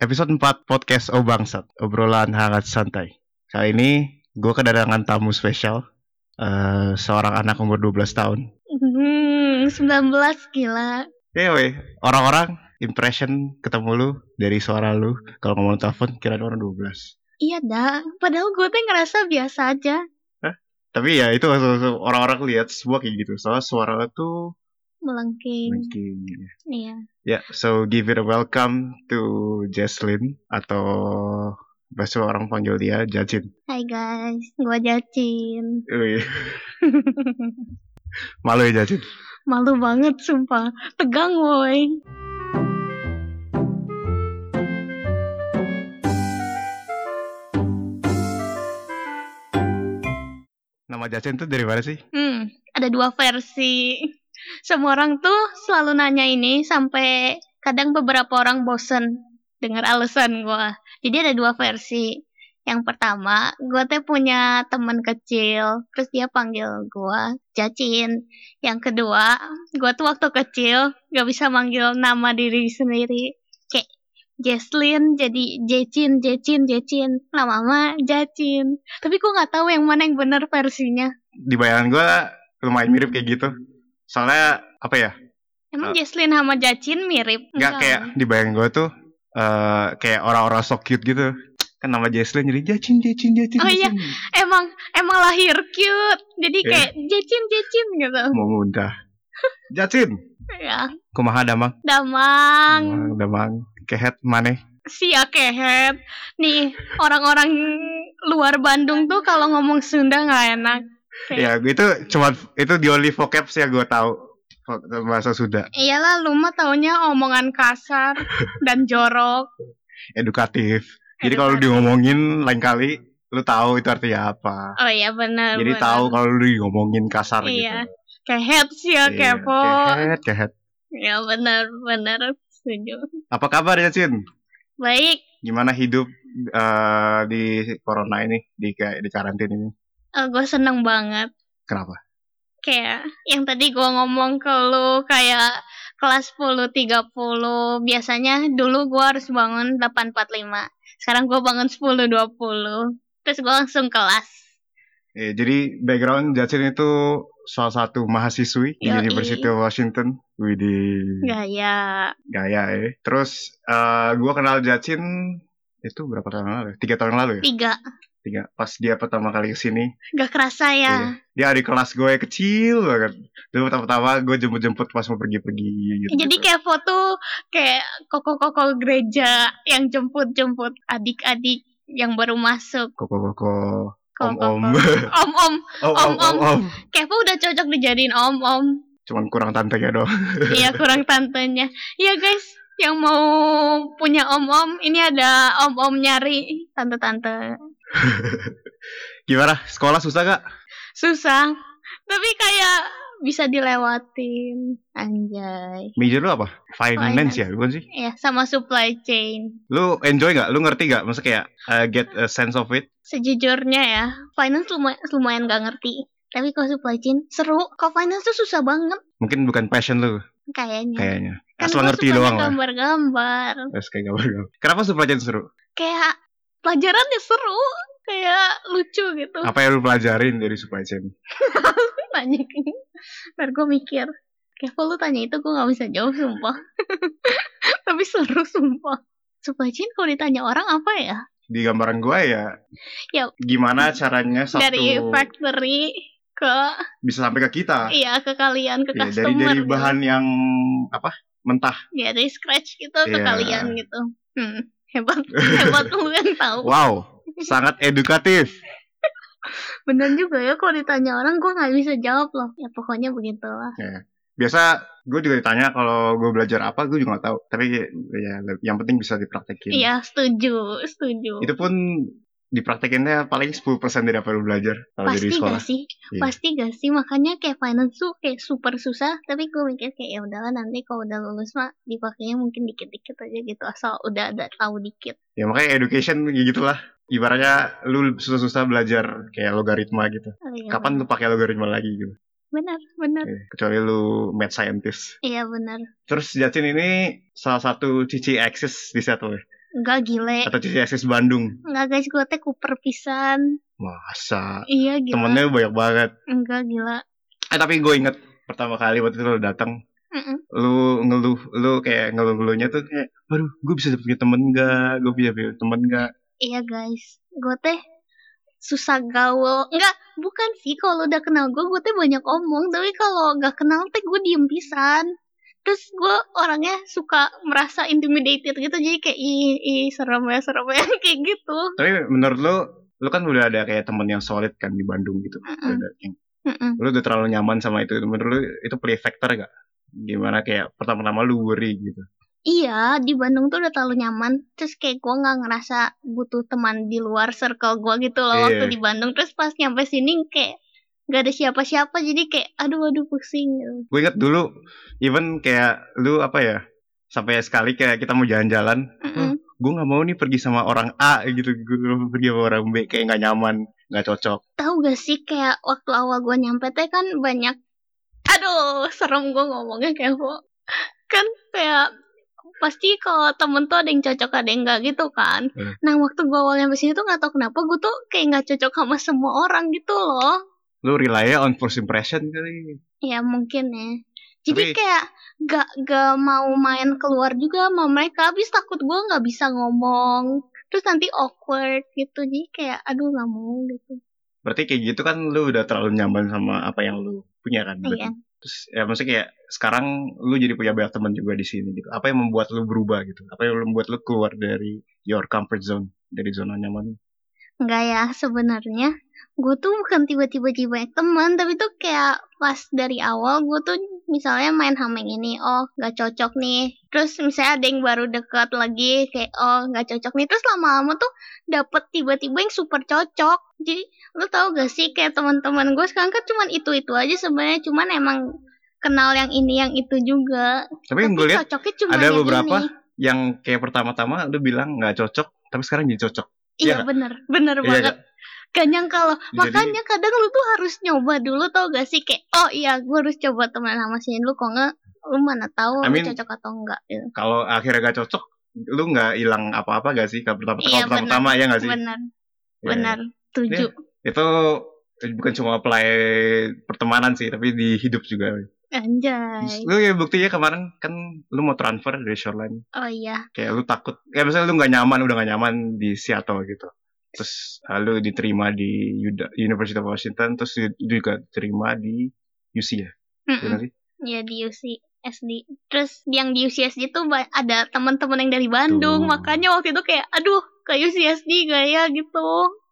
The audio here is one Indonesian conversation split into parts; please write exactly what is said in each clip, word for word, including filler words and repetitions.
Episode empat Podcast Oh Bangsat, obrolan hangat santai. Kali ini gue kedatangan tamu spesial, uh, seorang anak umur dua belas tahun. Hmm, sembilan belas gila. Ya weh, orang-orang impression ketemu lu dari suara lu kalau ngomong telepon kira orang dua belas. Iya dah, padahal gue tuh ngerasa biasa aja. Hah? Tapi ya itu orang-orang lihat semua kayak gitu. Soalnya suara lu tuh melengking. melengking. Iya. Ya, yeah, so give it a welcome to Jesslyn atau bahasa orang panggil dia Jacin. Hai guys, gue Jacin. Malu ya Jacin? Malu banget sumpah, tegang woy. Nama Jacin tuh dari mana sih? Hmm, ada dua versi. Semua orang tuh selalu nanya ini sampai kadang beberapa orang bosen dengar alasan gue. Jadi ada dua versi. Yang pertama, gue tuh punya teman kecil, terus dia panggil gue Jacin. Yang kedua, gue tuh waktu kecil gak bisa manggil nama diri sendiri. Kayak Jesslyn jadi Jecin, Jecin, Jecin. Lama-lama Jacin. Tapi gue gak tahu yang mana yang benar versinya. Di bayangan gue lumayan mirip kayak gitu. Soalnya apa ya? Emang uh, Jesslyn sama Jacin mirip? Enggak, kayak di bayangan gue tuh uh, kayak orang-orang so cute gitu. Kan nama Jesslyn jadi Jacin, Jacin, Jacin. Oh iya, emang emang lahir cute. Jadi yeah. Kayak Jacin, Jacin gitu. Mau mudah. Jacin. Ya. Kumaha damang? Damang. Damang, damang. Kehet maneh. Sia kehet. Nih, orang-orang luar Bandung tuh kalau ngomong Sunda nggak enak. Kayak. Ya, itu cuma itu the only vocab sih yang gue tahu bahasa Sunda. Iyalah, lu mah taunya omongan kasar dan jorok. Edukatif. Jadi kalau lu ngomongin lain kali, lu tahu itu artinya apa. Oh iya benar. Jadi benar. tahu kalau lu ngomongin kasar iya. gitu. Kehet sih ya, iya, kepo. Kehet, kehet. Ya benar, benar. Setuju. Apa kabar ya, Cin? Baik. Gimana hidup uh, di corona ini, di di karantin ini? Uh, gue seneng banget. Kenapa? Kayak yang tadi gue ngomong ke lu kayak kelas sepuluh tiga puluh. Biasanya dulu gue harus bangun delapan empat puluh lima. Sekarang gue bangun sepuluh dua puluh. Terus gue langsung kelas. Eh, jadi background Jacin itu salah satu mahasiswi di University of Washington. Widih. Gaya. Gaya ya. Terus uh, gue kenal Jacin itu berapa tahun lalu? Tiga tahun lalu ya? Tiga. Tiga. Pas dia pertama kali kesini. Gak kerasa ya. Iya. Dia di kelas gue kecil banget. Dulu pertama-tama gue jemput-jemput pas mau pergi-pergi gitu. Jadi kayak foto kayak koko-koko gereja yang jemput-jemput adik-adik yang baru masuk. Koko-koko. Om-om. Om-om. Om-om. Kepo udah cocok dijadiin om-om. Cuman kurang tantenya dong. Iya, kurang tantenya. Iya guys, yang mau punya om-om, ini ada om-om nyari tante-tante. Gimana? Sekolah susah gak? Susah. Tapi kayak bisa dilewatin. Anjay. Major lu apa? Finance, Finance. Ya, bukan sih? Iya, sama supply chain. Lu enjoy gak? Lu ngerti gak? Maksudnya kayak uh, get a sense of it? Sejujurnya ya, finance lumay- lumayan gak ngerti. Tapi kalau supply chain seru. Kalau finance tuh susah banget. Mungkin bukan passion lu. Kayaknya. Kayaknya. Kan asal ngerti doang lah. Gambar-gambar. Terus kayak gambar-gambar. Kenapa supply chain seru? Kayak pelajarannya seru. Kayak lucu gitu. Apa yang lu pelajarin dari supply chain? Tanya kan. Ntar gue mikir. Kayak lu tanya itu gue gak bisa jawab sumpah. Tapi seru sumpah. Supply chain kalau ditanya orang apa ya? Di gambaran gue ya, ya gimana caranya satu dari factory ke bisa sampai ke kita. Iya, ke kalian, ke ya, customer. Dari dari gitu. bahan yang apa? Mentah. Ya, dari scratch gitu ya. Ke kalian gitu. Hmm, hebat. Hebat lu yang tahu. Wow, sangat edukatif. Bener juga ya, kalau ditanya orang gue nggak bisa jawab loh. Ya pokoknya begitulah. Ya. Biasa gue juga ditanya kalau gue belajar apa, gue juga nggak tahu. Tapi ya yang penting bisa dipraktekin. Iya, setuju, setuju. Itu pun dipraktekinnya paling sepuluh persen dari apa yang lu belajar kalau Pasti dari sekolah. Gak sih? Iya. Pasti gak sih? Makanya kayak finance tuh kayak super susah. Tapi gue mikir kayak ya udahlah nanti kalau udah lulus mah dipakainya mungkin dikit-dikit aja gitu. Asal udah ada tahu dikit. Ya makanya education gitulah. Ibaratnya lu susah-susah belajar kayak logaritma gitu. Oh, iya, kapan bener. Lu pakai logaritma lagi gitu? Benar, benar. Ya, kecuali lu math scientist. Iya benar. Terus Jacin ini salah satu cici Axis di Seattle ya? Enggak gile. Atau C S S Bandung? Enggak guys, gue teh kuper pisan. Masa? Iya gila. Temennya banyak banget. Enggak gila. Eh tapi gue inget pertama kali waktu itu lo datang, lu ngeluh, lu kayak ngeluh-ngeluhnya tuh kayak, aduh, gue bisa punya temen gak? Gue bisa punya temen gak? Iya guys, gue teh susah gaul. Enggak, bukan sih, kalau udah kenal gue, gue teh banyak omong. Tapi kalau gak kenal teh gue diem pisan. Terus gue orangnya suka merasa intimidated gitu, jadi kayak ih, ih serem ya, serem ya, kayak gitu. Tapi menurut lu, lu kan udah ada kayak temen yang solid kan di Bandung gitu. Mm-mm. Udah, yang, Mm-mm. lu udah terlalu nyaman sama itu. Menurut lu itu play factor gak? Gimana kayak pertama-tama lu worry gitu? Iya, di Bandung tuh udah terlalu nyaman. Terus kayak gue gak ngerasa butuh teman di luar circle gue gitu loh Iya. waktu di Bandung. Terus pas nyampe sini kayak gak ada siapa-siapa, jadi kayak aduh aduh pusing gitu. Gue inget dulu, even kayak lu apa ya, sampai sekali kayak kita mau jalan-jalan, oh, gue nggak mau nih pergi sama orang A gitu, gue pergi sama orang B, kayak nggak nyaman, nggak cocok. Tahu gak sih kayak waktu awal gue nyampe teh kan banyak, aduh serem gue ngomongnya kayak kok, kan kayak pasti kalau temen tuh ada yang cocok ada yang enggak gitu kan. Hmm. Nah waktu gue awal nyampe sini tuh nggak tahu kenapa gue tuh kayak nggak cocok sama semua orang gitu loh. Lu rely on first impression kali. Ya mungkin ya. Jadi tapi, kayak gak, gak mau main keluar juga sama mereka. Habis takut gue gak bisa ngomong. Terus nanti awkward gitu. Jadi kayak aduh gak mau gitu. Berarti kayak gitu kan lu udah terlalu nyaman sama apa yang lu punya kan. Berarti. Iya. Terus ya maksudnya kayak sekarang lu jadi punya banyak teman juga di sini gitu. Apa yang membuat lu berubah gitu? Apa yang membuat lu keluar dari your comfort zone, dari zona nyaman? Enggak ya, sebenarnya gue tuh bukan tiba-tiba jadi banyak teman, tapi tuh kayak pas dari awal gue tuh misalnya main sama yang ini, oh gak cocok nih. Terus misalnya ada yang baru dekat lagi, kayak oh gak cocok nih. Terus lama-lama tuh dapet tiba-tiba yang super cocok. Jadi lu tau gak sih kayak teman-teman gue sekarang kan cuman itu-itu aja sebenarnya, cuman emang kenal yang ini yang itu juga. Tapi, tapi gue lihat ada yang beberapa ini. Yang kayak pertama-tama lu bilang gak cocok, tapi sekarang jadi cocok. Iya ya, bener, bener iya, banget. Gak? Gak nyangka loh. Jadi, makanya kadang lu tuh harus nyoba dulu tau gak sih kayak oh iya gue harus coba teman sama sini dulu, kok enggak lu mana tahu I mean, lu cocok atau enggak gitu. Kalau akhirnya gak cocok, lu nggak hilang apa-apa gak sih kalau pertama iya, pertama ya nggak sih? Benar, ya, benar, tujuh. Ya, itu bukan cuma apply pertemanan sih, tapi di hidup juga. Anjay. Lu ya buktinya kemarin kan lu mau transfer dari Shoreline. Oh iya. Kayak lu takut, ya misalnya lu nggak nyaman, udah nggak nyaman di Seattle gitu. Terus lu diterima di University of Washington, terus juga diterima di U C ya? Iya sih? Iya di U C S D. Terus yang di U C S D tuh ada teman-teman yang dari Bandung, tuh. Makanya waktu itu kayak aduh ke U C S D gak ya gitu.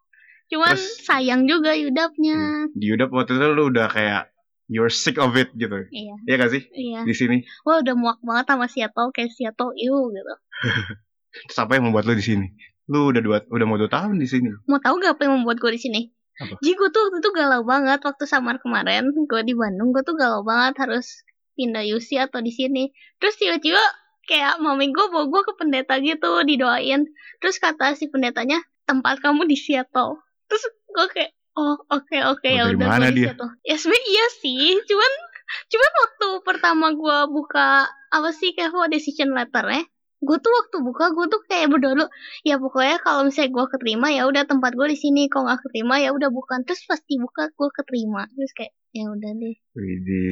Cuman terus, sayang juga U D A P-nya. Di U D A P waktu itu lu udah kayak you're sick of it gitu. Iya. Iya gak sih? Iya. Di sini. Wah udah muak banget sama Seattle, kayak Seattle iu gitu. Terus apa yang membuat lu di sini? Lu udah dua, udah mau dua tahun di sini. Mau tahu gak apa yang membuat gue di sini? Apa? Jadi gue tuh waktu itu galau banget waktu summer kemarin. Gue di Bandung, gue tuh galau banget harus pindah U C atau di sini. Terus tiba-tiba kayak mami gue bawa gue ke pendeta gitu, didoain. Terus kata si pendetanya, tempat kamu di Seattle. Terus gue kayak, oh oke okay, oke okay, oh, ya udah gue di Seattle. Ya sebenarnya iya sih, cuman cuman waktu pertama gue buka apa sih kayak decision letter-nya, gue tuh waktu buka gue tuh kayak berdoa dulu, ya pokoknya kalau misalnya gue keterima ya udah tempat gue di sini, kalau nggak keterima ya udah bukan. Terus pasti buka gue keterima, terus kayak ya udah deh. Widih.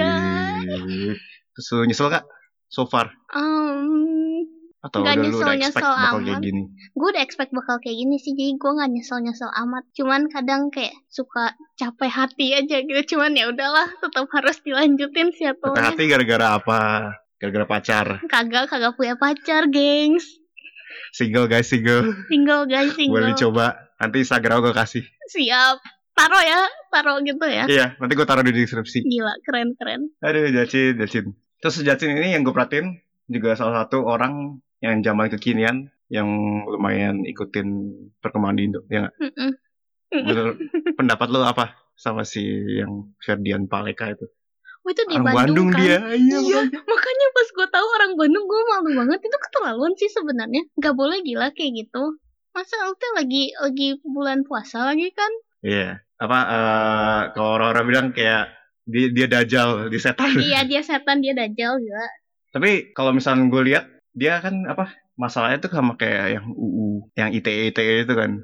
Anjay. Terus lu nyesel gak so far? Um, Atau gak udah nyesel, lu udah expect nyesel bakal amat. Kayak gini? Gue udah expect bakal kayak gini sih, jadi gue gak nyesel-nyesel amat. Cuman kadang kayak suka capek hati aja gitu. Cuman ya udahlah, tetap harus dilanjutin sih atunya. Capek hati gara-gara apa? Gara-gara pacar? Kagak, kagak punya pacar, gengs. Single guys, single. Single guys, single. Boleh dicoba, nanti Instagram gue kasih. Siap. Taruh ya, taruh gitu ya. Iya, nanti gue taruh di deskripsi. Gila, keren-keren. Aduh, Jacin, Jacin. Terus Jacin ini yang gue perhatiin juga salah satu orang yang zaman kekinian yang lumayan ikutin perkembangan di Indo, ya nggak? Menurut pendapat lo apa sama si yang Ferdian Paleka itu? Oh, itu di orang Bandung, Bandung kan? Dia. Iya, iya makanya pas gue tahu orang Bandung gue malu banget. Itu keterlaluan sih sebenarnya. Gak boleh gila kayak gitu. Masa itu lagi lagi bulan puasa lagi kan? Iya. Yeah. Apa uh, kalau orang-orang bilang kayak dia, dia dajal, dia setan. Iya dia setan, dia dajal juga. Tapi kalau misalnya gue lihat dia kan apa masalahnya tuh sama kayak yang U U, yang I T E I T E itu kan.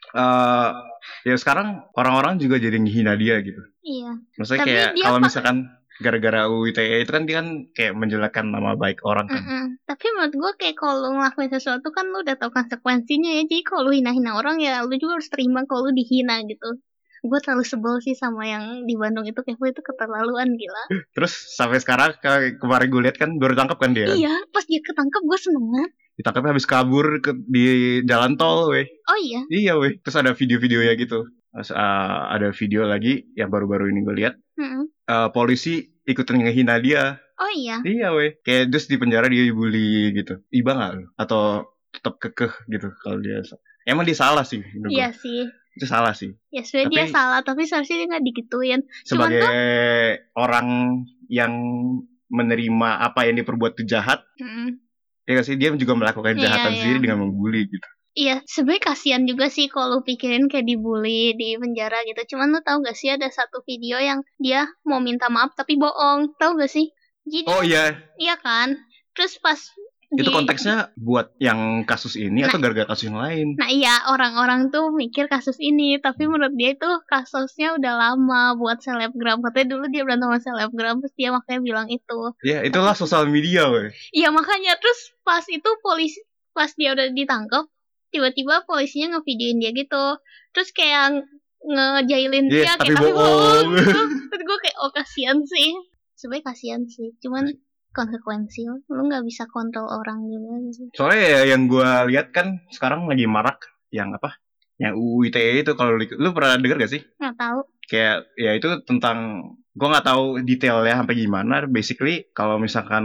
Uh, ya sekarang orang-orang juga jadi menghina dia gitu. Iya. Maksudnya Tapi kayak dia kalau pa- misalkan gara-gara U U I T E itu kan dia kan kayak menjelekkan nama baik orang kan. Mm-mm. Tapi menurut gue kayak kalau lu ngelakuin sesuatu kan lu udah tahu konsekuensinya ya. Jadi kalau lu hina-hina orang ya lu juga harus terima kalau lu dihina gitu. Gue terlalu sebel sih sama yang di Bandung itu, kayak itu keterlaluan, gila. Terus sampai sekarang kayak kemarin gue lihat kan baru tangkap kan dia. Iya, pas dia ketangkap gue seneng banget. Ditangkapnya habis kabur ke, di jalan tol, weh. Oh iya. Iya, weh. Terus ada video-videonya gitu. Terus, uh, ada video lagi yang baru-baru ini gue lihat. Mm-hmm. Uh, polisi ikutin ngehina dia. Oh iya. Iya, weh. Kayak terus di penjara dia dibully gitu. Iba nggak lo? Atau tetap kekeh gitu kalau dia? Emang dia salah sih. Iya gue. Sih. Itu salah sih. Ya sebenarnya dia salah, tapi seharusnya dia nggak digituin. Sebagai tuh, orang yang menerima apa yang diperbuat itu jahat, mm-hmm. ya gak sih, dia juga melakukan kejahatan yeah, sendiri yeah. dengan membuli gitu. Iya, sebenarnya kasihan juga sih kalau lu pikirin kayak dibully di penjara gitu. Cuman lu tahu gak sih ada satu video yang dia mau minta maaf tapi bohong, tahu gak sih? Jadi, oh iya. Iya kan. Terus pas itu di, konteksnya buat yang kasus ini nah, atau gara-gara kasus yang lain? Nah iya, orang-orang tuh mikir kasus ini, tapi menurut dia itu kasusnya udah lama buat selebgram. Katanya dulu dia berantem sama selebgram, terus dia makanya bilang itu. Ya itulah sosial media, weh. Iya makanya, terus pas itu polisi, pas dia udah ditangkap, tiba-tiba polisinya ngevideoin dia gitu, terus kayak ngejailin yeah, dia tapi kayak tapi bohong gitu. Terus gue kayak oh kasihan sih, sebenarnya kasihan sih, cuman konsekuensi lu nggak bisa kontrol orang juga gitu. Soalnya ya yang gue lihat kan sekarang lagi marak yang apa, yang U U I T E itu. Kalau lu pernah denger gak sih? Nggak tahu. Kayak ya itu tentang, gue nggak tahu detailnya sampai gimana. Basically kalau misalkan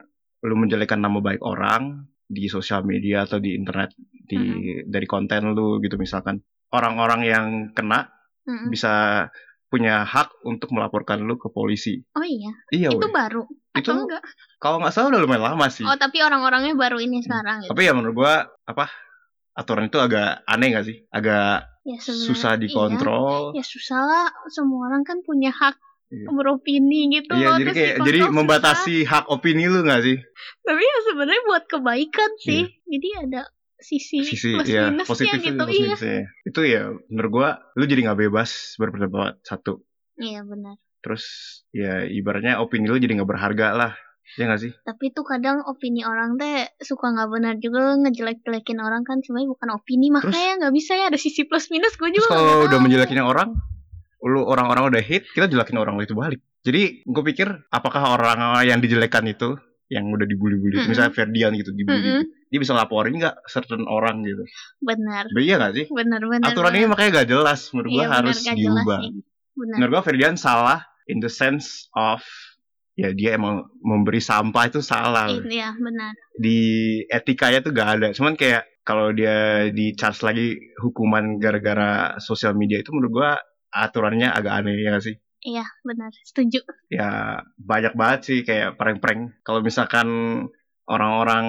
lu menjelekkan nama baik orang di sosial media atau di internet, di mm-hmm. dari konten lu gitu, misalkan orang-orang yang kena mm-hmm. bisa punya hak untuk melaporkan lu ke polisi. Oh iya? Iya, itu we. baru? Itu atau enggak? Kalau nggak salah udah lumayan lama sih. Oh, tapi orang-orangnya baru ini sekarang gitu. Tapi ya menurut gua apa, aturan itu agak aneh nggak sih? Agak ya, susah dikontrol. Iya. Ya susah lah, semua orang kan punya hak iya. beropini gitu iya, loh. Jadi kayak jadi membatasi susah. Hak opini lu nggak sih? Tapi ya sebenarnya buat kebaikan sih. Iya. Jadi ada sisi, sisi plus ya, minusnya positif gitu. Iya. Itu ya menurut gua lu jadi nggak bebas berpendapat satu. Iya benar. Terus ya ibaratnya opini lu jadi nggak berharga lah. Ya gak sih? Tapi tuh kadang opini orang teh suka gak benar juga, ngejelek-jelekin orang kan sebenarnya bukan opini, makanya nggak bisa ya, ada sisi plus minus. Gue juga kalau udah menjelekin orang, lu orang-orang udah hate, kita jelekin orang itu balik. Jadi gue pikir apakah orang yang dijelekan itu, yang udah dibully-bully, mm-hmm. misalnya Ferdian gitu dibully, mm-hmm. gitu, dia bisa laporin nggak certain orang gitu? Benar. Iya gak sih? Benar-benar. Aturan bener. Ini makanya gak jelas, menurut gue iya, harus diubah. Menurut gue Ferdian salah in the sense of ya dia emang memberi sampah itu salah. Iya benar. Di etikanya tuh gak ada. Cuman kayak kalau dia di charge lagi hukuman gara-gara sosial media itu menurut gua aturannya agak aneh ya gak sih? Iya benar, setuju. Ya banyak banget sih kayak prank-prank. Kalau misalkan orang-orang,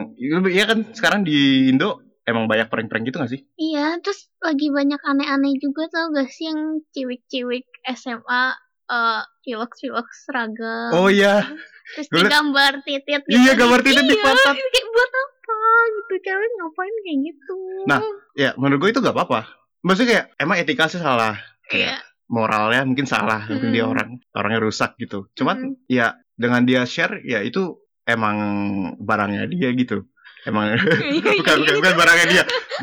iya kan sekarang di Indo emang banyak prank-prank gitu gak sih? Iya, terus lagi banyak aneh-aneh juga tau gak sih yang ciwik-ciwik S M A Uh, pilok-pilok seragam. Oh iya. Terus di gambar titit gitu. Iya, gambar titit di pantat. Kayak buat apa gitu, cewek ngapain kayak gitu. Nah, ya menurut gue itu gak apa-apa. Maksudnya kayak emang etika sih salah. Kayak yeah. moralnya mungkin salah, hmm. mungkin dia orang orangnya rusak gitu. Cuman hmm. ya dengan dia share ya itu emang barangnya dia gitu. Emang bukan, bukan bukan barangnya dia.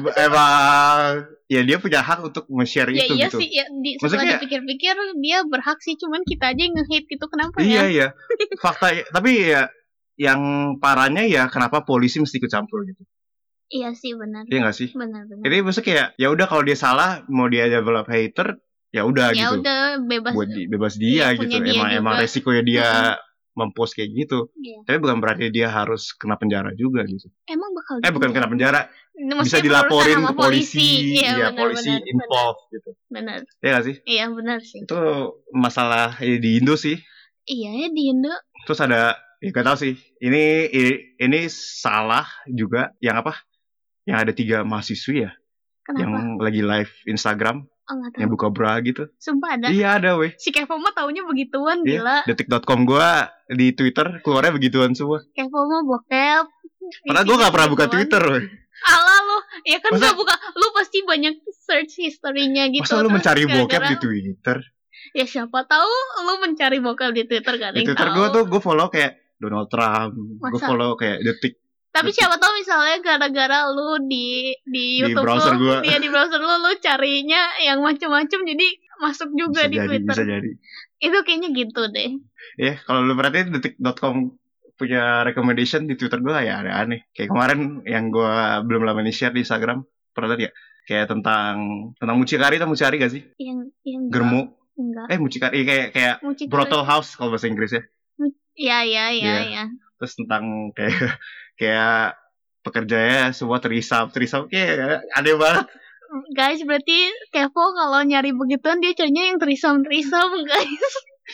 Emang ya dia punya hak untuk nge-share ya, itu iya gitu. Sih, ya, di, setelah dipikir-pikir dia berhak sih, cuman kita aja yang nge-hate gitu, kenapa iya, ya? Iya iya. Fakta tapi ya yang parahnya ya kenapa polisi mesti ikut campur gitu. Iya sih benar. Iya enggak sih? Benar-benar. Jadi maksudnya kayak ya udah kalau dia salah mau dia develop hater ya udah ya gitu. Ya udah bebas. Buat di, bebas dia ya, gitu. Dia emang juga. emang resikonya dia mm-hmm. mempost kayak gitu. Yeah. Tapi bukan berarti dia harus kena penjara juga gitu. Emang bakal Eh bukan kena penjara. Maksudnya bisa dilaporin ke polisi. polisi. Iya, ya, benar, polisi benar, involved benar. gitu. Benar. Iya gak sih? Iya, benar sih. Itu masalah ya, di Indo sih. Iya ya di Indo. Terus ada ya gak tahu sih. Ini ini, ini salah juga yang apa? Yang ada tiga mahasiswi ya. Kenapa? Yang lagi live Instagram. Oh, nggak tahu. Yang buka bra gitu. Sumpah ada. Iya ada weh. Si Kevo mah taunya begituan, Iya. gila. Detik dot com gue di Twitter keluarnya begituan semua. Kevo mah bokep. Padahal gue gak pernah buka Twitter weh. Alah lu, ya kan Masa, gak buka. Lu pasti banyak search history-nya gitu. Masa lu mencari bokep gara-gara, di Twitter? Ya siapa tahu lu mencari bokep di Twitter kan. Di Twitter gue tuh gue follow kayak Donald Trump. Gue follow kayak Detik. Tapi Detik. Siapa tahu misalnya gara-gara lu di di YouTube di browser lu, gua. Iya di browser lu lu carinya yang macam-macam jadi masuk juga bisa di jadi, Twitter. Bisa jadi. Itu kayaknya gitu deh. Ya, yeah, kalau lu perhatiin detik dot com punya recommendation di Twitter gue ya aneh-aneh. Kayak kemarin yang gue belum lama ini share di Instagram, pernah lihat ya? Kayak tentang tentang mucikari, tau mucikari gak sih? Yang yang Germo. Enggak. Eh mucikari kayak kayak mucikari. Brothel house kalau bahasa Inggrisnya. Iya iya iya iya. Terus tentang kayak kayak pekerjanya semua terisap, terisap kayak aneh banget. Guys, berarti Kevo kalau nyari begituan dia carinya yang terisam-terisam, guys.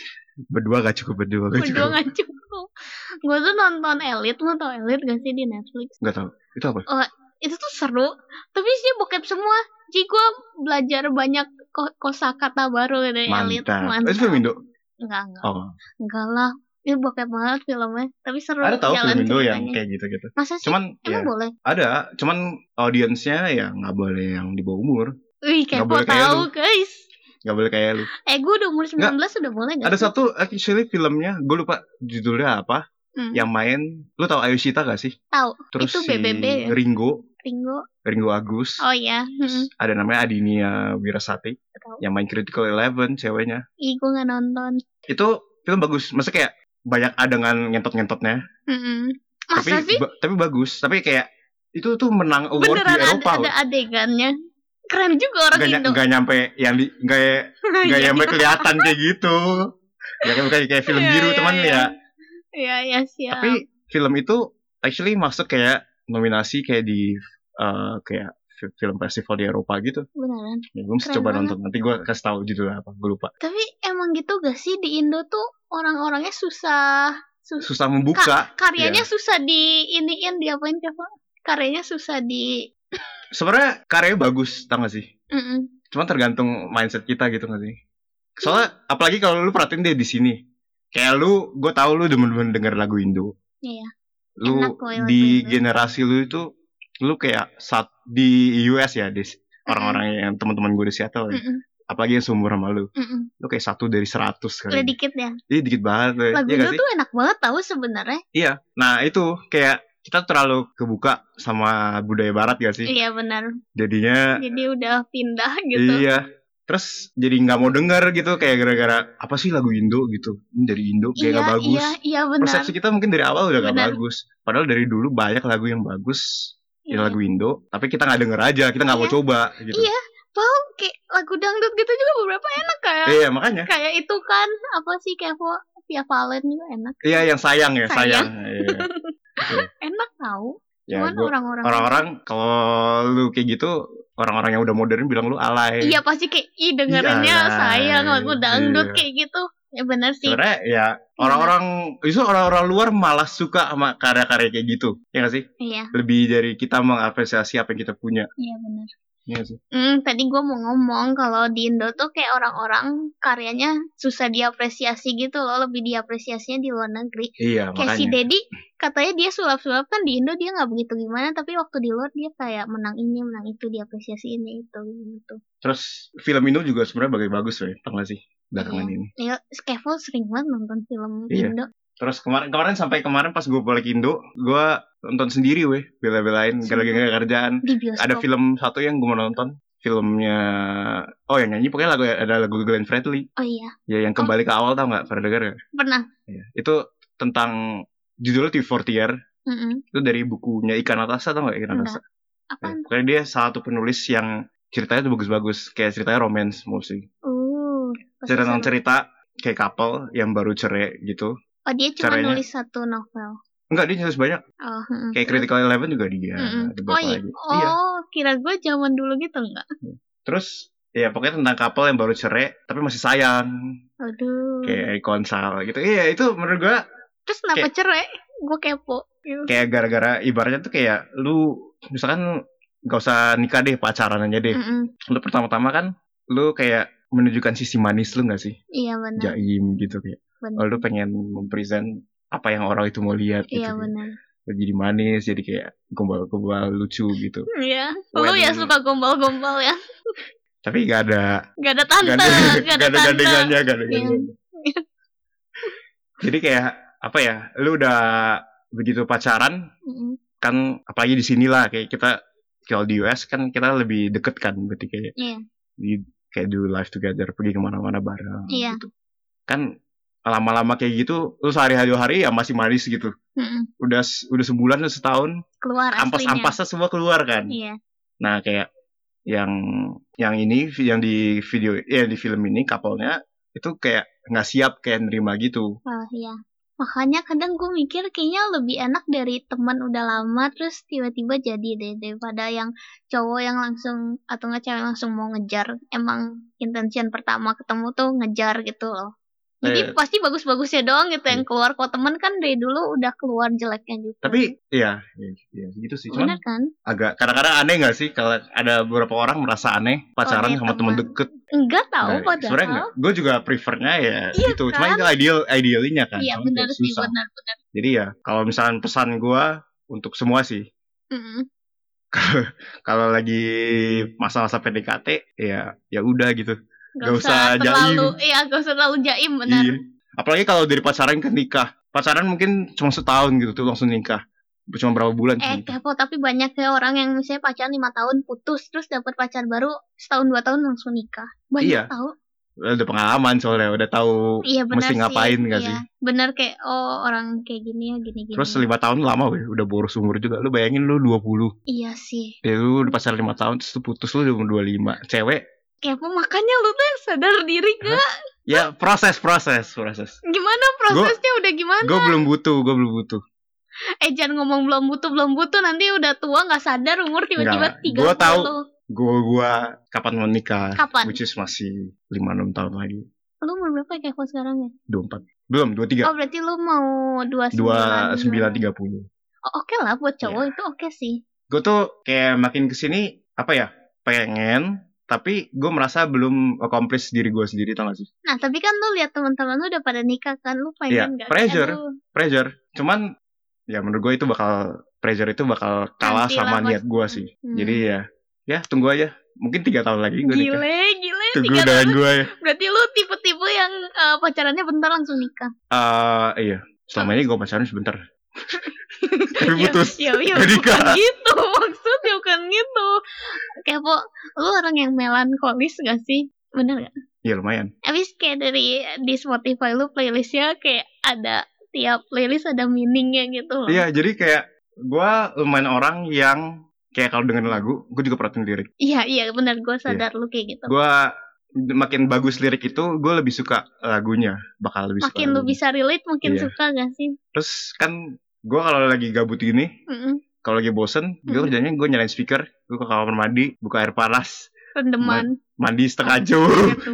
Berdua gak cukup, berdua gak Berdua cukup. gak cukup. Gue tuh nonton Elite, lu tau Elite gak sih di Netflix? Gak tau, itu apa? Oh, itu tuh seru, tapi sih bokep semua. Jadi gue belajar banyak ko- kosakata baru dari Elite. Mantap. Itu film Indo? Enggak, enggak. Oh. Enggak lah. Itu bokep banget filmnya, tapi seru. Ada tahu film Indo ceritanya. yang kayak gitu-gitu. Masa sih? Cuman emang ya, boleh? Ada, cuman audiensnya ya nggak boleh yang di bawah umur. Wih, Kevo tahu guys. Nggak boleh kayak lu. Eh, gue udah umur sembilan belas udah boleh gak Ada sih? satu actually filmnya, gue lupa judulnya apa. Hmm. Yang main, lu tahu Ayushita gak sih? Tahu. Terus itu si B B B ya? Ringo. Ringo. Ringo Agus. Oh iya. Hmm. Ada namanya Adinia Wirasati. Tahu. Yang main Critical Eleven, ceweknya. Ih, gue nggak nonton. Itu film bagus. Maksudnya kayak banyak adegan ngentot-ngentotnya. Mm-mm. Masa tapi, sih? Ba- tapi bagus. Tapi kayak itu tuh menang award beneran di Eropa. Ada, ada adegannya. Keren juga orang gak, Indo. Gak nyampe yang di gak, gak nyampe kelihatan kayak gitu. Ya kan bukan kayak film biru, teman ya. Iya, iya, siap. Tapi film itu actually masuk kayak nominasi kayak di uh, kayak film festival di Eropa gitu. Beneran. Ya, gue mesti coba banget. Nonton. Nanti gue kasih tahu judulnya apa. Gue lupa. Tapi emang gitu gak sih di Indo tuh orang-orangnya susah sus- susah membuka. Ka- karyanya ya. Susah di iniin diapain coba? Karyanya susah di. Sebenarnya karyanya bagus, tau gak sih? Mm-mm. Cuma tergantung mindset kita gitu gak sih? Soalnya mm. apalagi kalau lu perhatiin deh di sini. Kayak lu, gue tahu lu demen-demen denger lagu Indo. Iya. Lu di generasi lu itu, lu kayak saat di U S ya, Des. Orang-orang yang teman-teman gue di Seattle ya. Apalagi yang seumur sama lu. Mm-mm. Lu kayak satu dari seratus kali. Udah dikit ya? Iya dikit banget. Lagu ya itu tuh enak banget tahu sebenarnya. Iya. Nah itu kayak kita terlalu kebuka sama budaya barat gak sih? Iya benar. Jadinya. Jadi udah pindah gitu. Iya. Terus jadi nggak mau denger gitu kayak gara-gara apa sih lagu Indo gitu. Ini dari Indo kayak iya, gak bagus. Iya iya benar. Persepsi kita mungkin dari awal udah benar. Gak bagus. Padahal dari dulu banyak lagu yang bagus. Iya. Lagu Indo. Tapi kita nggak denger aja. Kita nggak iya. mau coba gitu. Iya. Wow, kayak lagu dangdut gitu juga beberapa enak kayak. Iya makanya. Kayak itu kan apa sih kayak Via Valen juga enak. Iya yang sayang ya sayang. sayang. Iya. Enak tau. Ya, cuman gua, orang-orang orang-orang kalau lu kayak gitu orang-orang yang udah modern bilang lu alay. Iya pasti kayak ih dengerinnya iya, sayang lagu dangdut iya. kayak gitu. Ya benar sih. Sebenarnya ya orang-orang justru orang-orang luar malah suka sama karya-karya kayak gitu. Ya gak sih? Iya. Lebih dari kita mengapresiasi apa yang kita punya. Iya benar. Iya sih. Hmm, tadi gue mau ngomong kalau di Indo tuh kayak orang-orang karyanya susah diapresiasi gitu loh, lebih diapresiasinya di luar negeri. Iya, kayak makanya. si Dedi katanya dia sulap-sulap kan di Indo dia nggak begitu gimana, tapi waktu di luar dia kayak menang ini menang itu diapresiasi ini itu gitu. Terus film Indo juga sebenarnya bagus-bagus ya, tau gak sih belakangan iya. ini? Iya, Kevo sering banget nonton film iya. Indo. Terus kemarin kemarin sampai kemarin pas gue balik Indo, gue nonton sendiri weh, bela-belain gara-gara kerjaan. Ada film satu yang gue mau nonton, filmnya oh yang nyanyi pokoknya lagu ada lagu Glenn Fredly. Oh iya. Ya yang kembali oh. ke awal tau nggak? Pernah dengar nggak? Pernah. Ya, itu tentang judulnya T Fortier. Mm-hmm. Itu dari bukunya Ika Natasha tau nggak Ika Natasha? Apaan? Ya, pokoknya dia salah satu penulis yang ceritanya tuh bagus-bagus, kayak ceritanya romance mostly. Uh. Cerita tentang cerita kayak couple yang baru cerai gitu. Oh dia cuma caranya, nulis satu novel? Enggak, dia nulis banyak. Oh, mm, kayak Critical Eleven juga dia. Mm, ada oh, lagi. Oh iya. Kira gue zaman dulu gitu enggak? Terus ya pokoknya tentang couple yang baru cerai tapi masih sayang. Aduh. Kayak konsal gitu. Iya itu menurut gue. Terus kenapa kayak, cerai? Gue kepo. Kayak gara-gara ibaratnya tuh kayak lu misalkan gak usah nikah deh, pacaran aja deh. Mm-mm. Untuk pertama-tama kan lu kayak menunjukkan sisi manis lu nggak sih? Iya benar. Jaim gitu kayak. Oh, lu pengen mempresent apa yang orang itu mau lihat gitu. Iya benar. Jadi manis, jadi kayak gombal-gombal lucu gitu. Iya. Lu ya suka gombal-gombal ya. Tapi gak ada Gak ada tante, gak ada, gak ada tante. gandengannya, gak ada gandengannya. Jadi kayak apa ya? Lu udah begitu pacaran, mm-hmm. kan apalagi di sini lah kayak kita kalau di U S kan kita lebih deket kan, berarti kayak yeah. di kayak do life together, pergi kemana-mana bareng yeah. gitu. Kan lama-lama kayak gitu, lu sehari-hari ya masih manis gitu. Mm-hmm. Udah udah sebulan atau setahun, keluar ampas-ampasnya semua keluar kan. Yeah. Nah kayak yang yang ini yang di video ya di film ini couple-nya itu kayak nggak siap kayak nerima gitu. Oh iya. Makanya kadang gue mikir kayaknya lebih enak dari teman udah lama terus tiba-tiba jadi deh daripada yang cowok yang langsung atau nggak cewek langsung mau ngejar. Emang intention pertama ketemu tuh ngejar gitu loh. Jadi eh, pasti bagus-bagusnya doang gitu eh. yang keluar. Kok temen kan dari dulu udah keluar jeleknya juga. Tapi ya, ya, ya gitu sih. Cuman bener kan? Agak kadang-kadang aneh nggak sih kalau ada beberapa orang merasa aneh pacaran oh, sama teman deket. Enggak tahu nah, padahal. Sebenarnya gue juga prefernya ya iya, gitu. Kan? Cuma itu ideal idealnya kan. Iya benar sih benar-benar. Jadi ya kalau misalnya pesan gue untuk semua sih. Mm-hmm. Kalau lagi masa-masa P D K T ya ya udah gitu. Gak, gak usah, usah terlalu, jaim. Iya, gak usah terlalu jaim, benar. Iya. Apalagi kalau dari pacaran ke nikah. Pacaran mungkin cuma setahun gitu tuh langsung nikah. Cuma berapa bulan Eh, kepo, tapi banyak kayak orang yang misalnya pacaran lima tahun putus terus dapat pacar baru setahun dua tahun langsung nikah. Banyak iya. tahu. Udah pengalaman soalnya, udah tahu iya, mesti sih. ngapain iya. gak sih? Bener kayak oh orang kayak gini ya gini-gini. Terus lima tahun lama weh, udah boros umur juga. Lu bayangin lu dua puluh. Iya sih. Ya lu udah pacaran lima tahun terus putus lu udah umur dua puluh lima. Cewek Kepo, makanya lu tuh sadar diri gak? Ya proses proses proses. Gimana prosesnya gua, udah gimana? Gue belum butuh, gue belum butuh. Eh jangan ngomong belum butuh belum butuh nanti udah tua nggak sadar umur tiba-tiba tiga puluh. Gue tahu. Gue gue kapan mau nikah? Kapan? Which is masih lima enam tahun lagi. Lu umur berapa ya Kepo sekarang ya? dua puluh empat. Belum dua puluh tiga. Oh berarti lu mau dua puluh sembilan tiga puluh. Oh oke okay lah buat cowok yeah. Itu oke okay sih. Gue tuh kayak makin kesini apa ya pengen. Tapi gue merasa belum accomplish diri gue sendiri, tau gak sih? Nah, tapi kan lu lihat teman-teman lu udah pada nikah kan, lu pengen ya, gak? Pressure, Aduh. pressure. Cuman, ya menurut gue itu bakal, pressure itu bakal kalah nanti sama niat gue sih. Hmm. Jadi ya, ya tunggu aja. Mungkin tiga tahun lagi gue nikah. Gile, gile. Tunggu dengan gue ya. Berarti lu tipe-tipe yang uh, pacarannya bentar langsung nikah? Uh, iya, selama ini gue pacaran sebentar. Tapi putus. Ya, ya, ya bukan gitu maksudnya, bukan gitu. Kepo, lu orang yang melankolis gak sih? Bener gak? Iya lumayan. Abis kayak dari di Spotify lu playlistnya kayak ada tiap playlist ada meaningnya gitu loh. Iya, jadi kayak gue lumayan orang yang kayak kalau dengerin lagu, gue juga perhatiin lirik. Iya, iya benar, gue sadar iya. Lu kayak gitu. Gue makin bagus lirik itu, gue lebih suka lagunya, bakal lebih makin suka. Makin lu lagunya. Bisa relate, makin iya. Suka gak sih? Terus kan gue kalau lagi gabut gini, mm-hmm. kalau lagi bosen, gue mm-hmm. kerjanya gue nyalain speaker, gue ke kamar mandi, buka air panas, rendeman, ma- mandi setengah jam,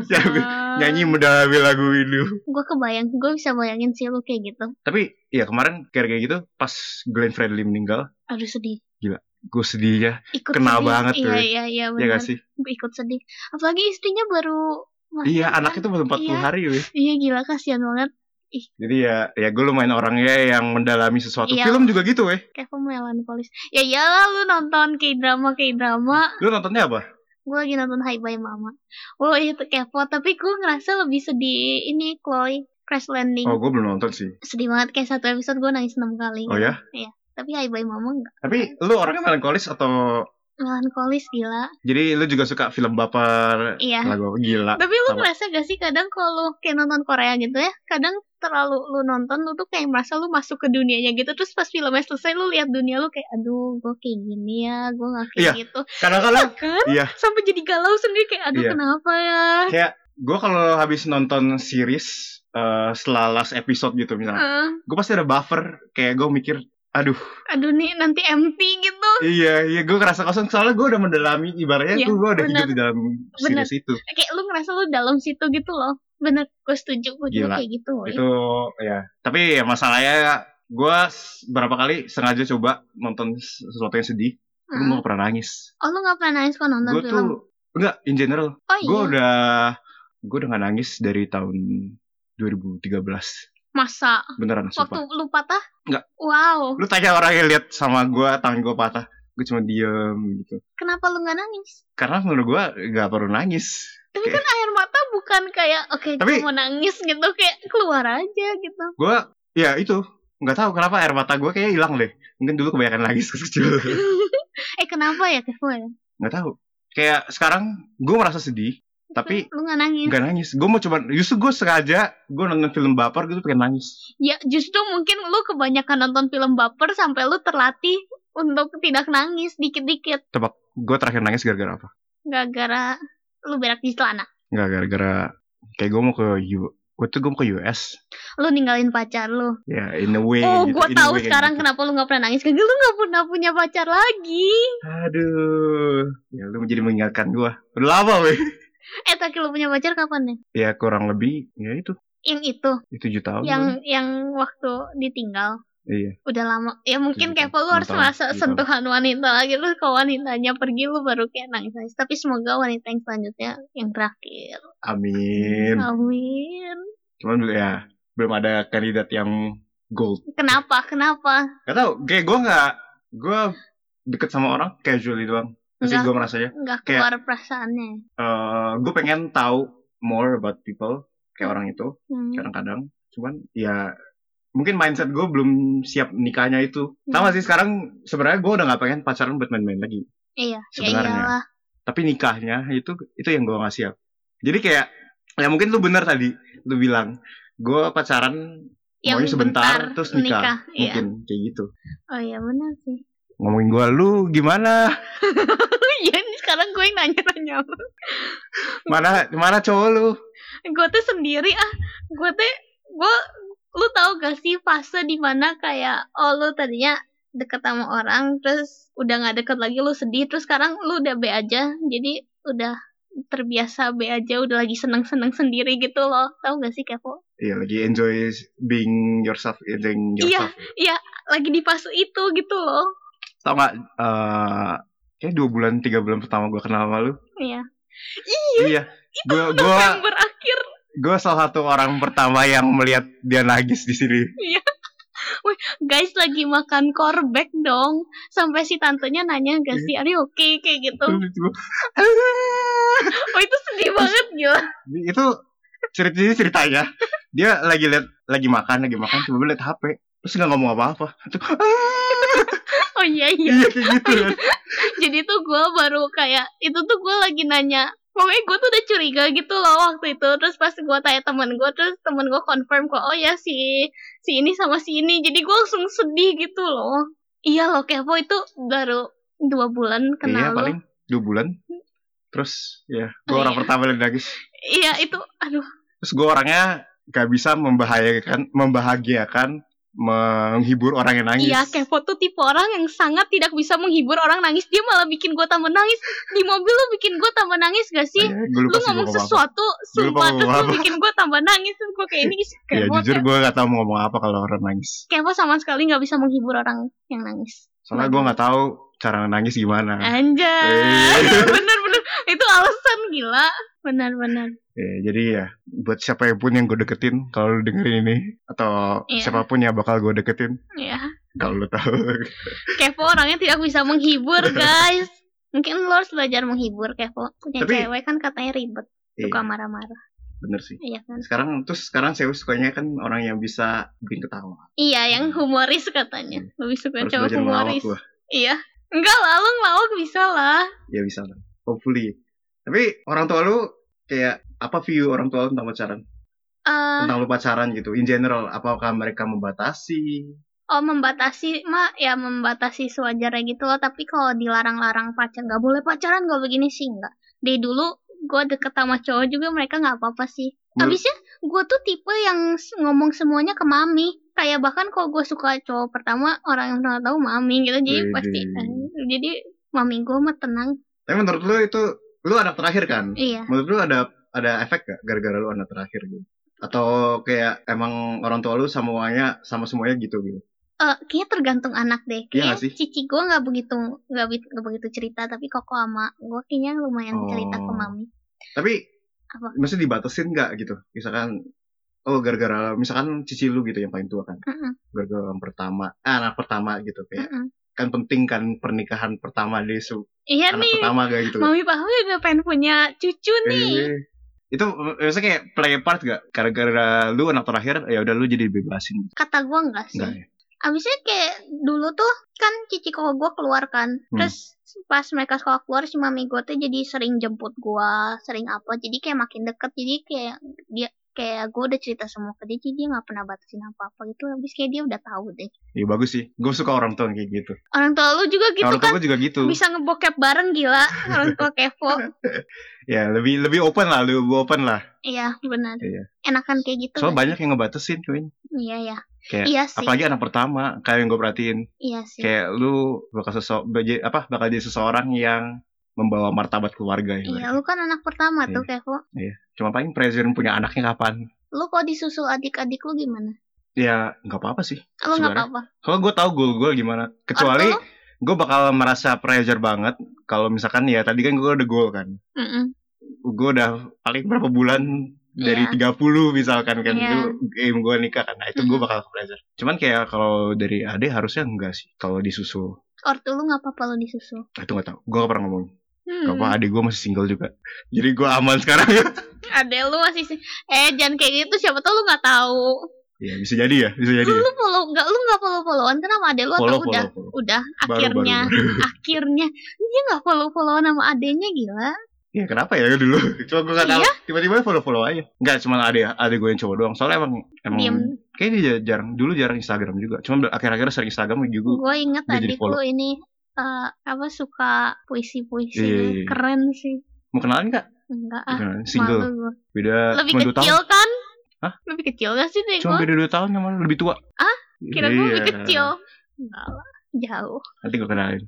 nyanyi mendalami lagu ini. Gue kebayang, gue bisa bayangin sih lu kayak gitu. Tapi ya kemarin kayak gitu, pas Glenn Fredly meninggal, aduh sedih. Gila, gue sedih ya, ikut kena sedih. banget iya, tuh. Iya iya iya benar. Iya gak sih? Gue ikut sedih. Apalagi istrinya baru. Iya, kan? Anaknya tuh baru empat puluh iya. hari weh. Iya gila, kasihan banget. Ih. Jadi ya, ya gue lumayan orangnya yang mendalami sesuatu. Iya, film juga gitu weh. Kayak melankolis. Ya iyalah lu nonton K-drama K-drama. Lu nontonnya apa? Gue lagi nonton Hi Bye Mama. Oh itu kepo, tapi gue ngerasa lebih sedih ini Chloe Crash Landing. Oh gue belum nonton sih. Sedih banget, kayak satu episode gue nangis enam kali. Oh kan? ya? Iya. Tapi Hi Bye Mama enggak. Tapi lu orangnya melankolis atau? Melankolis gila. Jadi lu juga suka film baper? Iya. Lagu gila. Tapi lu sama. Ngerasa gak sih kadang kalau lu kayak nonton Korea gitu ya, kadang terlalu lu nonton lu tuh kayak merasa lu masuk ke dunianya gitu, terus pas filmnya selesai lu lihat dunia lu kayak aduh gue kayak gini ya, gue gak kayak iya. gitu. Kadang-kadang iya kan? Iya. Sampai jadi galau sendiri kayak aduh iya. Kenapa ya? Kayak gue kalau habis nonton series uh, setelah last episode gitu misalnya, uh. gue pasti ada buffer kayak gue mikir aduh aduh nih nanti empty gitu. Iya iya gue ngerasa kosong soalnya gue udah mendalami ibaratnya ya, gue udah bener. Hidup di dalam series bener. itu Kayak lu ngerasa lu dalam situ gitu loh. Bener, gue setuju, gue juga kayak gitu. Itu ya, tapi ya masalahnya gue berapa kali sengaja coba nonton sesuatu yang sedih, hmm. gue gak pernah nangis. Oh lu gak pernah nangis kok nonton gua film? Gue tuh Enggak, in general. Oh Gue iya. udah gue udah gak nangis dari tahun dua ribu tiga belas. Masa? Beneran, sumpah. Waktu lu patah? Enggak. Wow. Lu tanya orang yang lihat sama gue tangan gue patah, gue cuma diem gitu. Kenapa lu gak nangis? Karena menurut gue gak perlu nangis. Tapi Kayak- kan air mata bukan kayak oke okay, Tapi- gue mau nangis gitu, kayak keluar aja gitu. Gue ya itu nggak tahu kenapa air mata gue kayak hilang deh. Mungkin dulu kebanyakan nangis kecil. eh kenapa ya Kevo ya? Nggak tahu. Kayak sekarang gue merasa sedih, tapi lu nggak nangis. Nggak nangis. Gue mau coba. Justru gue sengaja gue nonton film baper gitu pengen nangis. Ya justru mungkin lu kebanyakan nonton film baper sampai lu terlatih untuk tidak nangis dikit-dikit. Tebak. Gue terakhir nangis gara-gara apa? Gara-gara lu berak di celana. Nggak, gara-gara kayak gue mau ke U. Gue tuh gue mau ke U S. Lu ninggalin pacar lu. Ya, in a way. Oh, gitu. gue tahu sekarang gitu. kenapa lu nggak pernah nangis. Karena lu nggak pernah punya pacar lagi. Aduh. Ya lu jadi mengingatkan gue. Udah lama weh. Eh, terakhir lu punya pacar kapan ya? Ya kurang lebih. Ya itu. Yang itu. Itu tujuh tahun. Yang kan? yang waktu ditinggal. Iya. Udah lama. Ya mungkin Tujuh kayak lu harus tahun, merasa tujuh sentuhan wanita lagi. Lu kalau wanitanya pergi lu baru kayak nangis-nangis. Tapi semoga wanita yang selanjutnya yang terakhir. Amin. Amin. Cuman ya belum ada kandidat yang gold. Kenapa? Kenapa? Gak tau. Kayak gue gak. Gue deket sama orang casually doang. Terus gue merasanya. Nggak keluar kayak, perasaannya. Uh, gue pengen tahu more about people. Kayak hmm. orang itu. Hmm. Kadang-kadang. Cuman ya. Mungkin mindset gue belum siap nikahnya itu. Sama hmm. sih sekarang sebenarnya gue udah gak pengen pacaran buat main-main lagi. Iya. Sebenarnya. Ya tapi nikahnya itu itu yang gue gak siap. Jadi kayak ya mungkin lu bener tadi lu bilang gue pacaran yang maunya sebentar terus nikah. nikah mungkin iya. Kayak gitu. Oh iya benar sih. Ngomongin gue lu gimana? Ya ini sekarang gue yang nanya-nanya. Mana mana cowok lu? Gue tuh sendiri ah. Gue tuh gue lu tahu gak sih fase dimana kayak oh lu tadinya deket sama orang terus udah nggak deket lagi lu sedih terus sekarang lu udah B aja jadi udah terbiasa B aja udah lagi seneng-seneng sendiri gitu loh. Tahu gak sih Kevo? Iya lagi enjoy being yourself, enjoying yourself. Iya iya lagi di fase itu gitu loh. Tau gak uh, kayak dua bulan tiga bulan pertama gue kenal sama lu. Iya iya, iya. Itu gua, November gua, akhir. Gue salah satu orang pertama yang melihat dia nangis di sini. Iya. Wih, guys lagi makan korbek dong. Sampai si tantenya nanya gak sih, are you okay? Kayak gitu. Oh itu sedih banget gila. Itu ceritanya ceritanya. Dia lagi liat, lagi makan, lagi makan, coba liat H P. Terus gak ngomong apa-apa. Oh iya iya. Iya kayak gitu kan. Jadi tuh gue baru kayak, itu tuh gue lagi nanya. Pokoknya gue tuh udah curiga gitu loh waktu itu. Terus pas gue tanya temen gue, terus temen gue confirm kok, oh ya si si ini sama si ini. Jadi gue langsung sedih gitu loh. Iya loh Kevo itu baru dua bulan kenal. Iya lo. Paling dua bulan. Terus ya gue oh, orang iya. pertama yang nangis. Iya itu aduh. Terus gue orangnya gak bisa membahagiakan Membahagiakan menghibur orang yang nangis. Iya, Kevo tuh tipe orang yang sangat tidak bisa menghibur orang nangis. Dia malah bikin gue tambah nangis. Di mobil lu bikin gue tambah nangis gak sih? Ayah, lu ngomong sesuatu sumpah terus lu bikin gue tambah nangis. Terus gue kayak ini Kevo. Ya jujur gue gak tahu mau ngomong apa kalau orang nangis. Kevo sama sekali gak bisa menghibur orang yang nangis. Soalnya gue gak tahu cara nangis gimana. Anjay. Bener-bener itu alasan gila. Benar-benar. Ya, jadi ya buat siapa pun yang gue deketin kalau lu dengerin ini atau yeah. siapapun yang bakal gue deketin. Iya. Yeah. Kalau lu tahu. Kevo orangnya tidak bisa menghibur, guys. Mungkin lu harus belajar menghibur Kevo. Punya Tapi, cewek kan katanya ribet, suka iya. marah-marah. Bener sih. Iya kan. Sekarang terus sekarang saya sukanya kan orang yang bisa bikin ketawa. Iya, yang humoris katanya. Lebih suka cowok humoris. Iya. Enggak lah, lu ngelawak bisa lah. Ya bisa lah. Hopefully. Tapi orang tua lu kayak apa view orang tua lu tentang pacaran? Uh, tentang lu pacaran gitu. In general, apakah mereka membatasi? Oh, membatasi mah ya membatasi sewajarnya gitu loh. Tapi kalau dilarang-larang pacar, nggak boleh pacaran, nggak begini sih nggak. Dari dulu gue deket sama cowok juga mereka nggak apa-apa sih. Abisnya gue tuh tipe yang ngomong semuanya ke mami. Kayak bahkan kalau gue suka cowok pertama orang yang udah tahu mami gitu. Jadi Wede. pasti eh, jadi mami gue mah tenang. Tapi menurut lu itu lu anak terakhir kan? Iya. Menurut lu ada ada efek gak gara-gara lu anak terakhir gitu? Atau kayak emang orang tua lu semuanya sama semuanya gitu gitu? Uh, kayaknya tergantung anak deh. Iya Kayaknya cici gue nggak begitu nggak nggak begitu cerita, tapi koko sama gue kayaknya lumayan Oh. cerita ke mami. Tapi apa? Mesti dibatasin nggak gitu? Misalkan, oh gara-gara misalkan cici lu gitu yang paling tua kan, Mm-mm. gara-gara yang pertama, ah, anak pertama gitu kayak, Mm-mm. kan penting kan pernikahan pertama deh su. Iya anak nih. pertama gak gitu? Mami papi udah pengen punya cucu nih. Eh, itu maksudnya kayak play part gak? Gara-gara lu anak terakhir, ya udah lu jadi bebasin. Kata gue enggak sih. Enggak ya? Abisnya kayak dulu tuh kan cici koko gue keluar kan. Hmm. Terus pas mereka sekolah keluar si mami gue tuh jadi sering jemput gue, sering apa. Jadi kayak makin deket. Jadi kayak dia kayak gue udah cerita semua ke dia, jadi dia nggak pernah batasin apa-apa gitu. Habis kayak dia udah tahu deh. Iya bagus sih. Gue suka orang tua kayak gitu. Orang tua lu juga gitu orang kan? Orang tua juga gitu. Bisa ngebokep bareng gila. Orang tua kepo. Ya lebih lebih open lah, lebih open lah. Iya benar. Iya. Enakan kayak gitu. Soalnya banyak yang ngebatasin cuy. Iya ya. Kayak, iya sih. Apalagi anak pertama, kayak yang gue perhatiin. Iya sih. Kayak lu bakal seso, apa bakal jadi seseorang yang membawa martabat keluarga. Iya, lu kan anak pertama iya. tuh, Kevo. Iya. Cuma paling presiden punya anaknya kapan? Lu kok disusul adik-adik lu gimana? Ya nggak apa-apa sih. Lu nggak apa-apa. Kalau gue tahu goal gue gimana. Kecuali gue bakal merasa pressure banget. Kalau misalkan ya tadi kan gue udah goal kan. Mm-mm. Gue udah paling berapa bulan dari yeah. tiga puluh misalkan kan yeah. itu game gue nikah kan. Nah itu gue bakal ke pressure. Cuman kayak kalau dari adik harusnya enggak sih kalau disusul. Ortu lu nggak apa-apa lo disusul? Itu nggak tahu. Gue nggak pernah ngomong. Hmm. Gak apa, adik gue masih single juga. Jadi gue aman sekarang. Adek lu masih sih. Eh jangan kayak gitu, siapa tau lu gak tahu. Iya bisa jadi ya, bisa jadi. Lu, ya? lu follow gak, lu gak follow followan kan sama adek lu follow, atau follow, udah follow. udah baru, akhirnya baru, baru. akhirnya dia gak follow followan sama adeknya gila. Iya kenapa ya dulu? Cuma gue gak tahu. Iya? Tiba-tiba follow follow aja. Enggak cuma adek adek gue yang cowok doang. Soalnya emang emang Diem. Kayaknya dia jarang. Dulu jarang Instagram juga. Cuma akhir-akhir sering Instagram juga. Gue inget adik lu ini. Uh, apa suka puisi-puisi iya, iya. keren sih. Mau kenalan gak? Enggak ah. Single. Beda lebih kecil tahun. Kan? Hah? Lebih kecil gak sih deh Cuma beda dua tahun sama lebih tua. Ah? Kira gue iya. lebih kecil. Enggak lah, jauh. Nanti gue kenalin.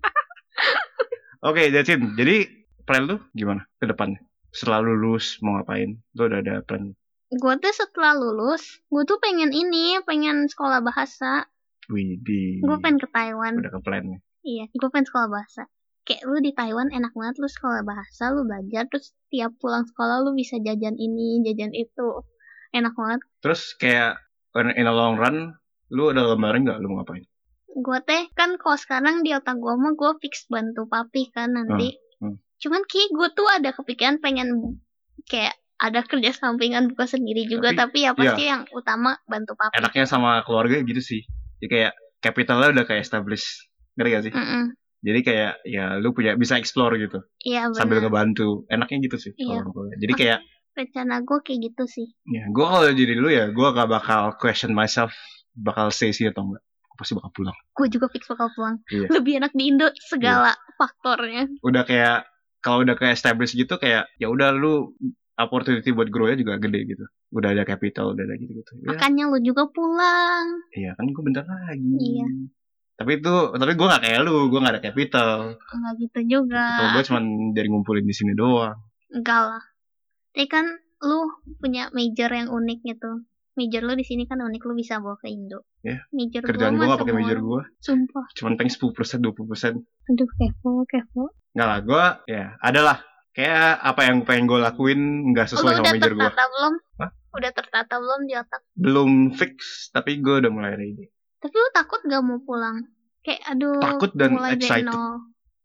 Oke, okay, Jacin. Jadi plan lu gimana ke depannya? Setelah lulus mau ngapain? Lu udah ada plan? Gue tuh setelah lulus, gue tuh pengen ini, pengen sekolah bahasa. Widih. Gue pengen ke Taiwan. Udah ke plan-nya. Iya, gue pengen sekolah bahasa. Kayak lu di Taiwan enak banget, lu sekolah bahasa, lu belajar, terus tiap pulang sekolah lu bisa jajan ini, jajan itu. Enak banget. Terus kayak in a long run, lu ada lembaran gak lu mau ngapain? Gue teh, kan kalau sekarang di otak gue mah gue fix bantu papi kan nanti. Hmm, hmm. Cuman kayak gue tuh ada kepikiran pengen kayak ada kerja sampingan buka sendiri juga, tapi, tapi ya pasti iya. yang utama bantu papi. Enaknya sama keluarga gitu sih. Jadi kayak capitalnya udah kayak established. Ngerti gak sih? Mm-mm. Jadi kayak ya lu punya bisa explore gitu. Iya benar. Sambil ngebantu. Enaknya gitu sih. Iya. Jadi kayak rencana gue kayak gitu sih. Ya, gue kalau jadi lu ya, gue gak bakal question myself bakal stay sini atau enggak. Gue pasti bakal pulang. Gue juga fix bakal pulang. Iya. Lebih enak di Indo segala iya. faktornya. Udah kayak kalau udah kayak established gitu kayak ya udah lu opportunity buat grow-nya juga gede gitu. Udah ada capital, udah ada gitu-gitu. Ya. Makanya lu juga pulang. Iya, kan gue bentar lagi. Iya. Tapi itu, tapi gue gak kayak lu, gue gak ada capital. Enggak gitu juga. Capital gue cuma dari ngumpulin di sini doang. Enggak lah. Tapi kan lu punya major yang unik gitu. Major lu di sini kan unik, lu bisa bawa ke Indo. Ya. Major kerjaan gue gak pakai major gue. Sumpah. Cuman pengen sepuluh persen, dua puluh persen. Aduh, kepo, kepo. Enggak lah, gue ya adalah kayak apa yang pengen gue lakuin nggak sesuai sama major gue. Udah tertata belum? Hah? Udah tertata belum di otak? Belum fix, tapi gue udah mulai ready. Tapi lu takut gak mau pulang? Kayak aduh. Takut dan excited. Oh,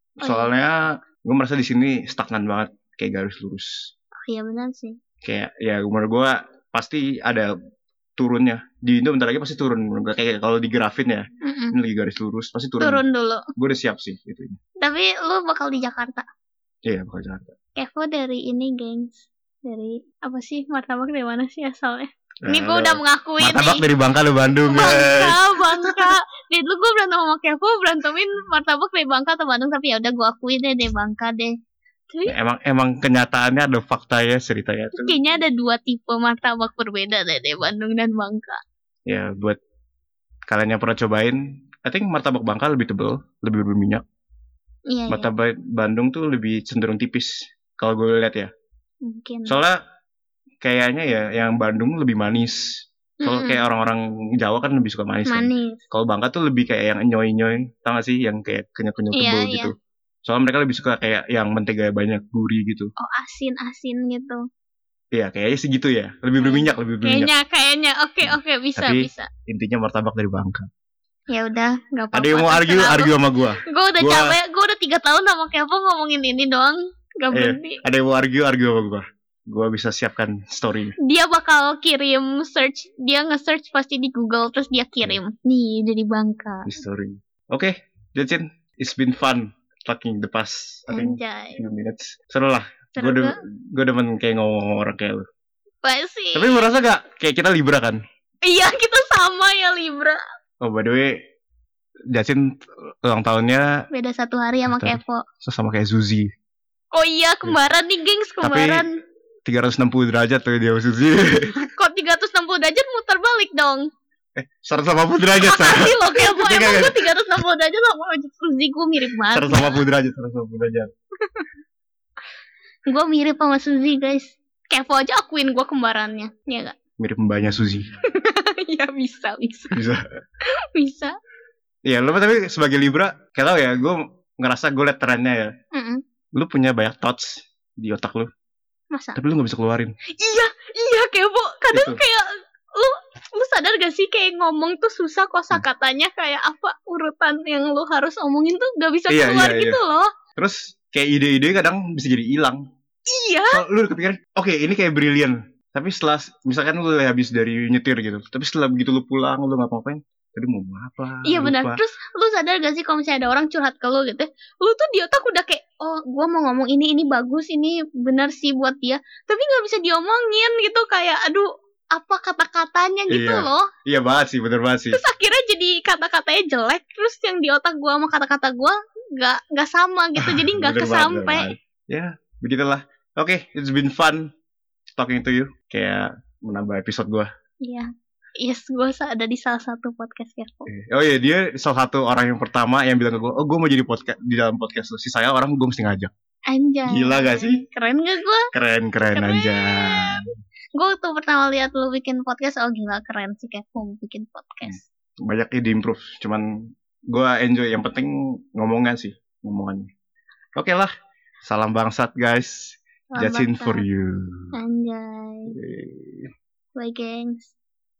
soalnya iya. gue merasa di sini stagnan banget, kayak garis lurus. Oh iya benar sih. Kayak ya umur gue pasti ada turunnya. Di Indo bentar lagi pasti turun. Kayak kalau di grafin ya, mm-mm. ini lagi garis lurus, pasti turun. Turun dulu. Gue udah siap sih itu. Tapi lu bakal di Jakarta? Iya bakal di Jakarta. Kevo dari ini gengs, dari apa sih martabak dari mana sih asalnya? Ini gue udah mengakui nih. Martabak dari Bangka lo Bandung Bangka, guys. Bangka. Di dulu gue berantem sama Kevo, berantemin martabak dari Bangka atau Bandung, tapi ya udah gue akui deh dari Bangka deh. Tapi, ya, emang emang kenyataannya ada fakta ya ceritanya tuh. Kayaknya ada dua tipe martabak berbeda deh dari Bandung dan Bangka. Ya buat kalian yang pernah cobain, I think martabak Bangka lebih tebal, lebih berminyak. Iya. Martabak iya. Bandung tuh lebih cenderung tipis. Kalau gue lihat ya. Mungkin. Soalnya kayaknya ya yang Bandung lebih manis. Soalnya kayak orang-orang Jawa kan lebih suka manis, manis. Kan. Kalau Bangka tuh lebih kayak yang nyoy-nyoy, tau gak sih? Yang kayak kenyal-kenyal Iya, tebel iya. gitu. Soalnya mereka lebih suka kayak yang mentega banyak, gurih gitu. Oh, asin-asin gitu. Iya, kayaknya sih gitu ya. Lebih berminyak, lebih berminyak. Kayaknya, kayaknya. Oke, okay, oke, okay, bisa, Tapi, bisa. Intinya martabak dari Bangka. Ya udah, nggak apa-apa. Ada yang mau argue, argue sama gua. Gue udah gua... capek, gue udah tiga tahun sama Kevo ngomongin ini doang, gak berhenti. Eh, ada yang mau argue, argue sama gua. Gua bisa siapkan story. Dia bakal kirim search, dia nge-search pasti di Google terus dia kirim. Yeah. Nih dari Bangka. Story. Oke, okay, that's it. It's been fun talking the past I think Anjay. few minutes. Seru lah. Gue de- gue demen kayak ngomong orang kayak lu. Pasti. Tapi merasa gak kayak kita Libra kan? Iya, kita sama ya Libra. Oh by the way, Jacin ulang tahunnya beda satu hari sama Kevo. Sama kayak Zuzi. Oh iya, kembaran nih gengs, kembaran. Tapi tiga ratus enam puluh derajat tuh dia Zuzi. Kok tiga ratus enam puluh derajat muter balik dong? Eh, seratus delapan puluh derajat. Makasih loh Kevo, emang gue tiga ratus enam puluh derajat sama Zuzi, gue mirip banget. seratus delapan puluh derajat, seratus delapan puluh derajat. Gue mirip sama Suzy guys. Kevo aja akuin gue kembarannya, ya gak? Mirip mbaknya Suzy. Ya bisa, bisa. Bisa. Bisa. Iya, lu tapi sebagai Libra, kayak tau ya, gue ngerasa gue liat trennya ya. Mm-mm. Lu punya banyak thoughts di otak lu. Masa? Tapi lu gak bisa keluarin. Iya, iya Kevo. Kadang gitu. Kayak lu lu sadar gak sih kayak ngomong tuh susah kosakatanya hmm. kayak apa urutan yang lu harus omongin tuh gak bisa iya, keluar iya, gitu iya. loh. Terus kayak ide-ide kadang bisa jadi hilang. Iya. So, lu udah kepikiran, oke okay, ini kayak brilliant. Tapi setelah, misalkan lu habis dari nyetir gitu. Tapi setelah begitu lu pulang, lu ngapa-ngapain. Tadi mau apa? Iya benar. Terus lu sadar gak sih kalau misalnya ada orang curhat ke lu gitu, lu tuh di otak udah kayak, oh gue mau ngomong ini, ini bagus, ini benar sih buat dia. Tapi gak bisa diomongin gitu, kayak aduh apa kata-katanya gitu iya. loh. Iya banget sih, bener banget sih. Terus akhirnya jadi kata-katanya jelek, terus yang di otak gue sama kata-kata gue gak, gak sama gitu, jadi gak kesampe. Ya, begitulah. Oke, okay, it's been fun talking to you. Kayak menambah episode gue. Iya. Yes, gue ada di salah satu podcast Kevo. Oh iya, dia salah satu orang yang pertama yang bilang ke gue, oh gue mau jadi podcast di dalam podcast lu. Si saya orang gue mesti ngajak. Anjay. Gila gak sih? Keren gak gue? Keren, keren, keren. Anjay. Gue tuh pertama lihat lu bikin podcast, oh gila keren sih Kevo bikin podcast. Banyak ide improve, cuman gue enjoy. Yang penting ngomongan sih, ngomongannya. Oke okay lah, salam bangsat guys. Jacin for you. Anjay. Bye gengs.